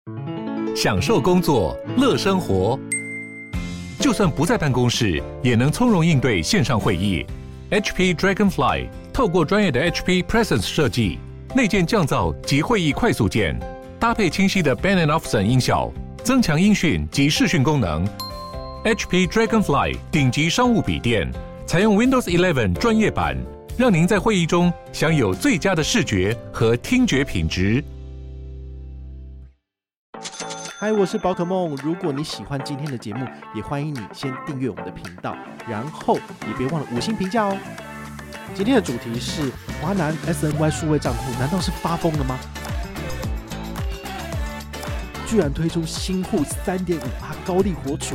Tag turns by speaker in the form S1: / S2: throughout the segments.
S1: 享受工作，乐生活。就算不在办公室，也能从容应对线上会议。HP Dragonfly 透过专业的 HP Presence 设计，内建降噪及会议快速键，搭配清晰的 Bang & Olufsen 音效，增强音讯及视讯功能。HP Dragonfly 顶级商务笔电，采用 Windows 11专业版，让您在会议中享有最佳的视觉和听觉品质。
S2: 嗨，我是宝可梦。如果你喜欢今天的节目，也欢迎你先订阅我们的频道，然后也别忘了5星评价哦。今天的主题是华南 SNY 数位账户，难道是发疯了吗？居然推出新户 3.5% 高利活储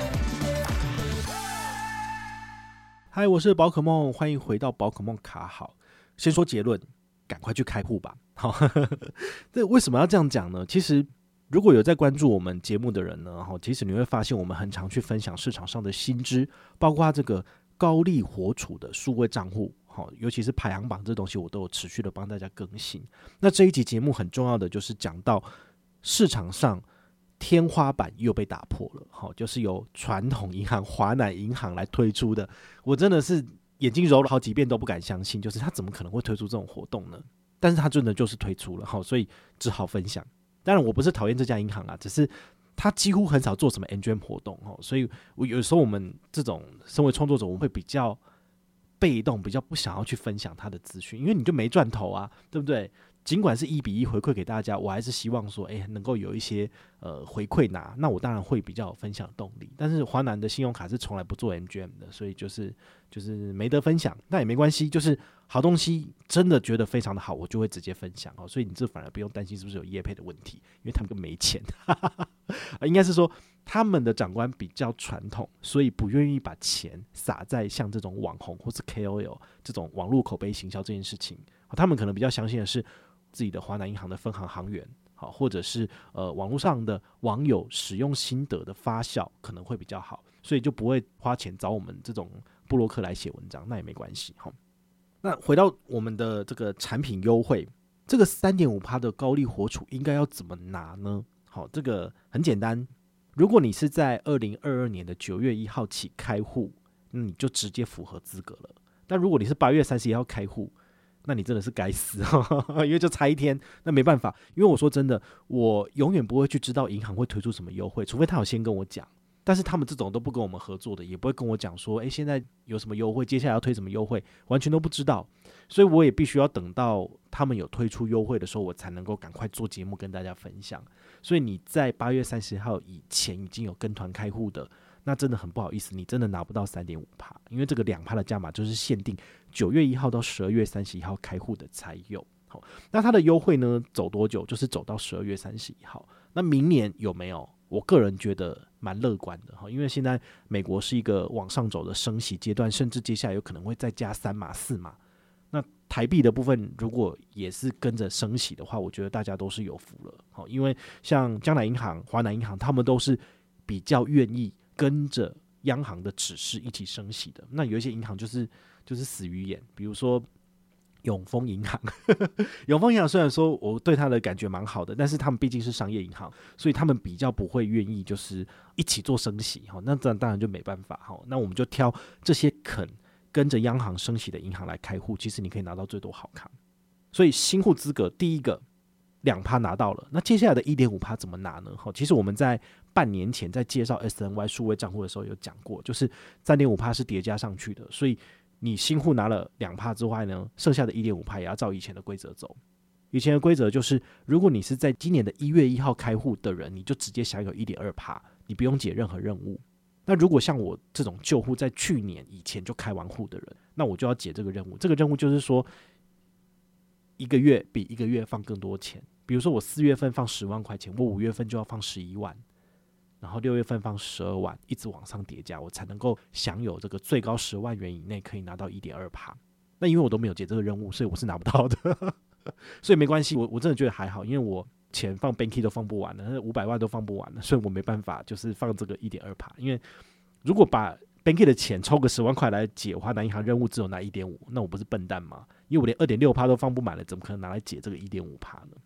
S2: 嗨，我是宝可梦，欢迎回到宝可梦卡好。先说结论，赶快去开户吧。好，这为什么要这样讲呢？其实如果有在关注我们节目的人呢，其实你会发现我们很常去分享市场上的新知，包括这个高利活储的数位账户，尤其是排行榜这东西我都有持续的帮大家更新。那这一集节目很重要的就是讲到市场上天花板又被打破了，就是由传统银行华南银行来推出的。我真的是眼睛揉了好几遍都不敢相信，就是他怎么可能会推出这种活动呢？但是他真的就是推出了，所以只好分享。当然我不是讨厌这家银行啊，只是他几乎很少做什么 NGM 活动，所以有时候我们这种身为创作者，我们会比较被动，比较不想要去分享他的资讯，因为你就没赚头啊，对不对？尽管是1比1回馈给大家，我还是希望说，能够有一些回馈拿，那我当然会比较有分享动力。但是华南的信用卡是从来不做 MGM 的，所以就是没得分享，那也没关系，就是好东西真的觉得非常的好，我就会直接分享。所以你这反而不用担心是不是有业配的问题，因为他们根本没钱。应该是说他们的长官比较传统，所以不愿意把钱撒在像这种网红或是 KOL 这种网络口碑行销这件事情。他们可能比较相信的是自己的华南银行的分行行员，或者是网络上的网友使用心得的发酵可能会比较好，所以就不会花钱找我们这种部落客来写文章，那也没关系。那回到我们的这个产品优惠，这个 3.5% 的高利活储应该要怎么拿呢？这个很简单，如果你是在2022年的9月1号起开户，你就直接符合资格了。但如果你是8月31号开户，那你真的是该死，因为就差1天，那没办法。因为我说真的，我永远不会去知道银行会推出什么优惠，除非他有先跟我讲。但是他们这种都不跟我们合作的，也不会跟我讲说，现在有什么优惠，接下来要推什么优惠，完全都不知道。所以我也必须要等到他们有推出优惠的时候，我才能够赶快做节目跟大家分享。所以你在8月30号以前已经有跟团开户的，那真的很不好意思，你真的拿不到 3.5%， 因为这个 2% 的加码就是限定9月1号到12月31号开户的才有。那它的优惠呢走多久？就是走到12月31号。那明年有没有？我个人觉得蛮乐观的，因为现在美国是一个往上走的升息阶段，甚至接下来有可能会再加3码4码。那台币的部分如果也是跟着升息的话，我觉得大家都是有福了，因为像江南银行、华南银行，他们都是比较愿意跟着央行的指示一起升息的。那有一些银行就是死鱼眼，比如说永丰银行永丰银行虽然说我对他的感觉蛮好的，但是他们毕竟是商业银行，所以他们比较不会愿意就是一起做升息，那当然就没办法。那我们就挑这些肯跟着央行升息的银行来开户，其实你可以拿到最多好康。所以新户资格第一个 2% 拿到了，那接下来的 1.5% 怎么拿呢？其实我们在半年前在介绍 SNY 数位账户的时候有讲过，就是 3.5% 是叠加上去的，所以你新户拿了 2% 之外呢，剩下的 1.5% 也要照以前的规则走。以前的规则就是如果你是在今年的1月1号开户的人，你就直接享有 1.2%， 你不用解任何任务。那如果像我这种旧户在去年以前就开完户的人，那我就要解这个任务。这个任务就是说一个月比一个月放更多钱，比如说我4月份放10万块钱，我5月份就要放11万，然后6月份放12万，一直往上叠加，我才能够享有这个最高10万元以内可以拿到 1.2%。 那因为我都没有解这个任务，所以我是拿不到的所以没关系，我真的觉得还好，因为我钱放 Banky 都放不完了，500万都放不完了，所以我没办法就是放这个 1.2%。 因为如果把 Banky 的钱抽个10万块来解华南银行任务，只有拿 1.5%， 那我不是笨蛋吗？因为我连 2.6% 都放不满了，怎么可能拿来解这个 1.5% 呢？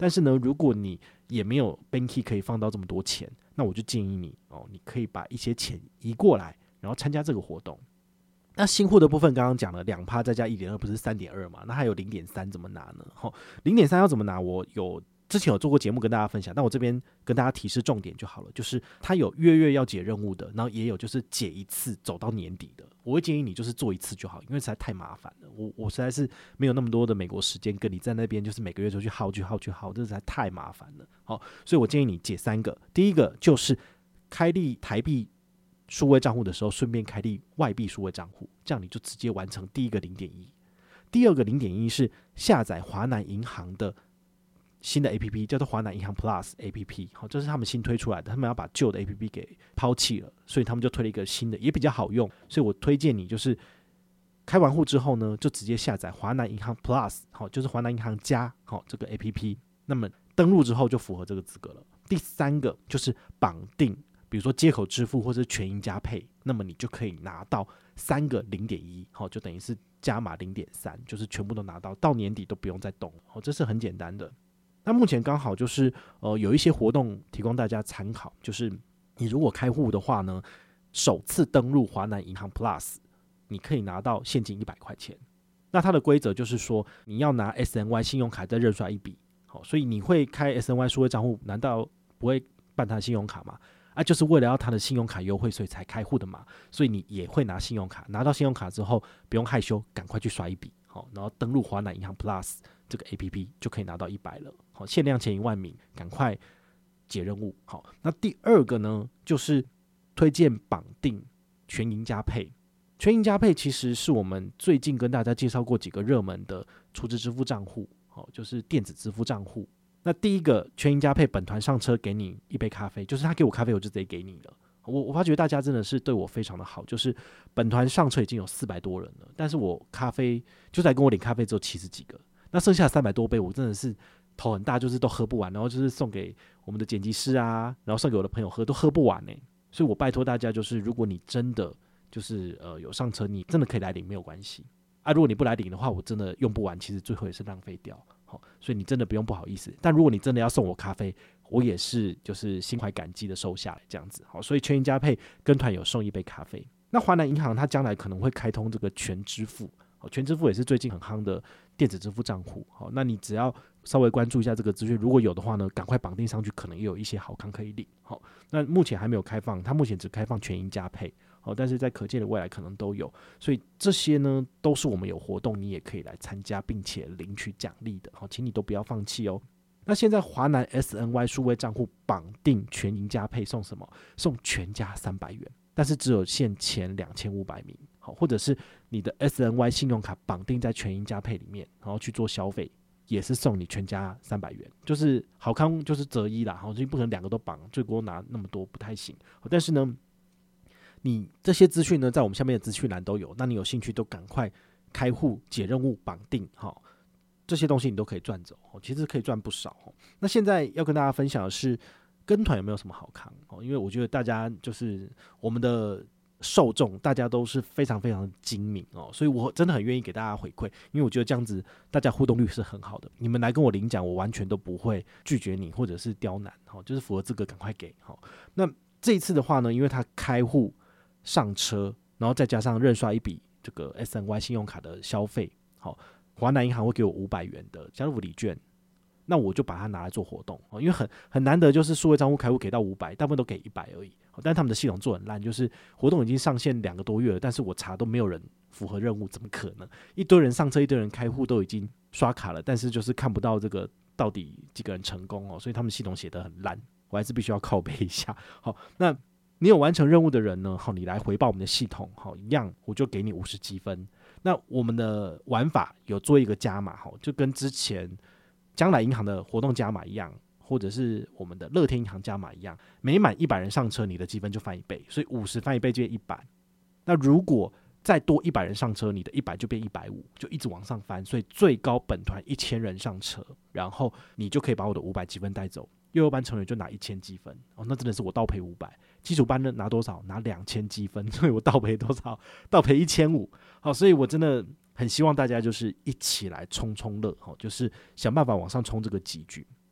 S2: 但是呢，如果你也没有 Banky 可以放到这么多钱，那我就建议你你可以把一些钱移过来，然后参加这个活动。那新户的部分刚刚讲了 2% 再加 1.2 不是 3.2 嘛？那还有 0.3 怎么拿呢？0.3 要怎么拿？我之前有做过节目跟大家分享，但我这边跟大家提示重点就好了，就是它有月要解任务的，然后也有就是解一次走到年底的。我会建议你就是做一次就好，因为实在太麻烦了。我实在是没有那么多的美国时间跟你在那边就是每个月就去耗，这实在太麻烦了。所以我建议你解3个。第一个就是开立台币数位账户的时候，顺便开立外币数位账户，这样你就直接完成第一个 0.1。第二个 0.1 是下载华南银行的新的 APP， 叫做华南银行 Plus APP， 这是他们新推出来的，他们要把旧的 APP 给抛弃了，所以他们就推了一个新的，也比较好用，所以我推荐你就是开完户之后呢，就直接下载华南银行 Plus， 就是华南银行加这个 APP， 那么登录之后就符合这个资格了。第3个就是绑定，比如说接口支付或是全银加配，那么你就可以拿到3个 0.1， 就等于是加码 0.3， 就是全部都拿到年底都不用再动了，这是很简单的。那目前刚好就是有一些活动提供大家参考，就是你如果开户的话呢，首次登录华南银行 Plus， 你可以拿到现金100块钱。那它的规则就是说，你要拿 SNY 信用卡再认刷一笔，所以你会开 SNY 数位账户，难道不会办他的信用卡吗？就是为了要他的信用卡优惠，所以才开户的嘛。所以你也会拿信用卡，拿到信用卡之后不用害羞，赶快去刷一笔，然后登录华南银行 Plus 这个 APP 就可以拿到100了。限量前1万名，赶快解任务。那第2个呢，就是推荐绑定全银加配。全银加配其实是我们最近跟大家介绍过几个热门的储值支付账户，就是电子支付账户。那第一个全银加配，本团上车给你一杯咖啡，就是他给我咖啡我就直接给你了。我发觉大家真的是对我非常的好，就是本团上车已经有400多人了，但是我咖啡就来跟我领咖啡只有70几个，那剩下300多杯我真的是头很大，就是都喝不完，然后就是送给我们的剪辑师啊，然后送给我的朋友喝，都喝不完所以我拜托大家，就是如果你真的就是有上车，你真的可以来领没有关系如果你不来领的话，我真的用不完，其实最后也是浪费掉。所以你真的不用不好意思，但如果你真的要送我咖啡，我也是就是心怀感激的收下来这样子。所以全银加配跟团有送一杯咖啡。那华南银行它将来可能会开通这个全支付，全支付也是最近很夯的电子支付账户。那你只要稍微关注一下这个资讯，如果有的话呢，赶快绑定上去，可能也有一些好康可以领。那目前还没有开放，它目前只开放全银加配。但是在可见的未来可能都有，所以这些呢都是我们有活动你也可以来参加并且领取奖励的，请你都不要放弃哦。那现在华南 SNY 数位账户绑定全银加配送什么？送全家300元，但是只有限前2500名，或者是你的 SNY 信用卡绑定在全银加配里面，然后去做消费，也是送你全家300元，就是好康就是择一啦，所以不可能2个都绑，最多拿那么多不太行。但是呢，你这些资讯呢，在我们下面的资讯栏都有，那你有兴趣都赶快开户解任务绑定，这些东西你都可以赚走，其实可以赚不少。那现在要跟大家分享的是跟团有没有什么好康，因为我觉得大家就是我们的受众，大家都是非常非常精明所以我真的很愿意给大家回馈，因为我觉得这样子大家互动率是很好的，你们来跟我领奖，我完全都不会拒绝你或者是刁难，就是符合资格赶快给。那这一次的话呢，因为他开户上车，然后再加上认刷一笔这个 SNY 信用卡的消费，华南银行会给我500元的家乐福礼券，那我就把它拿来做活动，因为很难得，就是数位账户开户给到500，大部分都给100而已，但他们的系统做很烂，就是活动已经上线2个多月了，但是我查都没有人符合任务，怎么可能？一堆人上车，一堆人开户都已经刷卡了，但是就是看不到这个到底几个人成功所以他们系统写得很烂，我还是必须要靠背一下。那你有完成任务的人呢，你来回报我们的系统，一样我就给你50积分。那我们的玩法有做一个加码，就跟之前将来银行的活动加码一样，或者是我们的乐天银行加码一样，每满100人上车，你的积分就翻1倍，所以50翻1倍就变100。那如果再多100人上车，你的100就变150，就一直往上翻，所以最高本团1000人上车，然后你就可以把我的500积分带走。幼幼班成员就拿1000积分，那真的是我倒赔500。基础班呢拿多少？拿2000积分，所以我倒赔多少？倒赔1500。所以我真的很希望大家就是一起来冲冲乐，就是想办法往上冲这个级距。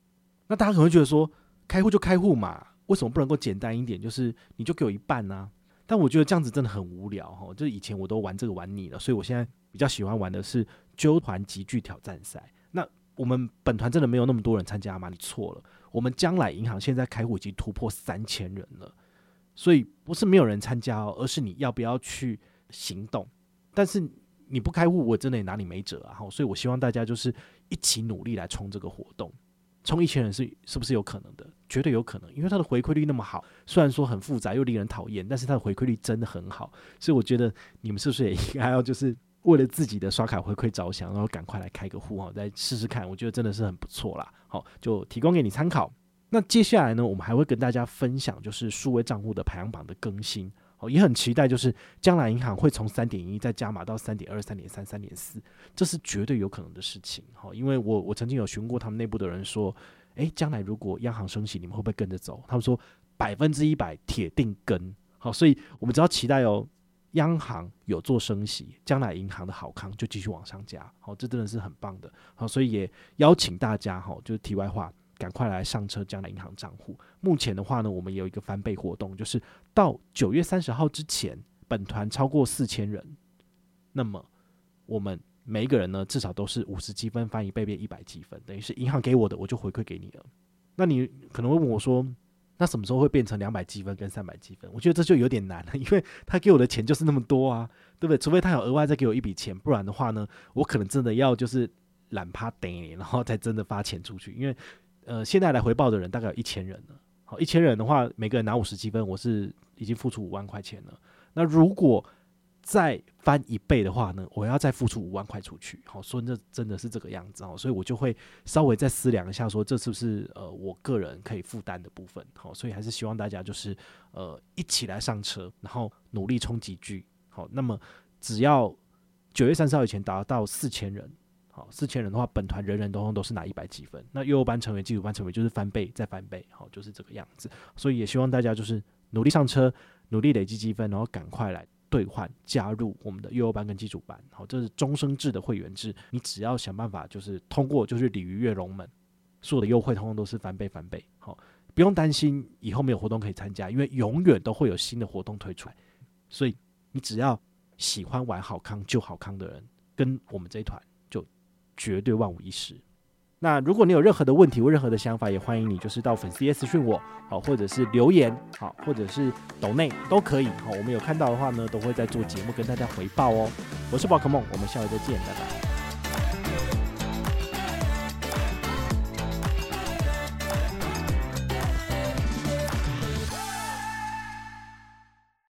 S2: 那大家可能会觉得说，开户就开户嘛，为什么不能够简单一点？就是你就给我一半啊。但我觉得这样子真的很无聊哈，就是以前我都玩这个玩腻了，所以我现在比较喜欢玩的是揪团集聚挑战赛。那我们本团真的没有那么多人参加吗？你错了，我们将来银行现在开户已经突破3000人了，所以不是没有人参加哦，而是你要不要去行动。但是你不开户，我真的也拿你没辙啊！所以我希望大家就是一起努力来冲这个活动。冲1000人是不是有可能的？绝对有可能，因为它的回馈率那么好，虽然说很复杂又令人讨厌，但是它的回馈率真的很好，所以我觉得你们是不是也应该要就是为了自己的刷卡回馈着想，然后赶快来开个户再试试看，我觉得真的是很不错啦。好，就提供给你参考。那接下来呢，我们还会跟大家分享就是数位账户的排行榜的更新。也很期待，就是将来银行会从 3.1 再加码到 3.2、3.3、3.4， 这是绝对有可能的事情。因为我曾经有询问过他们内部的人说，将来如果央行升息，你们会不会跟着走？他们说100%铁定跟。好，所以我们只要期待央行有做升息，将来银行的好康就继续往上加。好，这真的是很棒的。好，所以也邀请大家就是题外话，赶快来上车将来银行账户。目前的话呢，我们也有一个翻倍活动，就是到9月30号之前，本团超过4000人，那么我们每一个人呢，至少都是50积分翻1倍变100积分，等于是银行给我的，我就回馈给你了。那你可能会问我说，那什么时候会变成200积分跟300积分？我觉得这就有点难了，因为他给我的钱就是那么多啊，对不对？除非他有额外再给我一笔钱，不然的话呢，我可能真的要就是懒趴等，然后再真的发钱出去，因为现在来回报的人大概有1000人了。好，1000人的话，每个人拿50积分，我是已经付出5万块钱了。那如果再翻1倍的话呢，我要再付出5万块出去。好，所以这真的是这个样子。所以我就会稍微再思量一下，说这是不是我个人可以负担的部分。好，所以还是希望大家就是一起来上车，然后努力冲集聚。好，那么只要9月30号以前达到4000人。好，4000人的话，本团人人都是拿100积分。那幼幼班成员、基础班成员就是翻倍再翻倍，好，就是这个样子。所以也希望大家就是努力上车，努力累积积分，然后赶快来兑换加入我们的幼幼班跟基础班。好，这是终身制的会员制，你只要想办法就是通过就是鲤鱼跃龙门，所有的优惠通通都是翻倍。好，不用担心以后没有活动可以参加，因为永远都会有新的活动推出来。所以你只要喜欢玩好康就好康的人，跟我们这一团绝对万无一失。那如果你有任何的问题或任何的想法，也欢迎你就是到粉丝页私讯我，好，或者是留言，好，或者是抖内都可以。好，我们有看到的话呢，都会在做节目跟大家回报哦。我是宝可梦，我们下回再见，拜拜。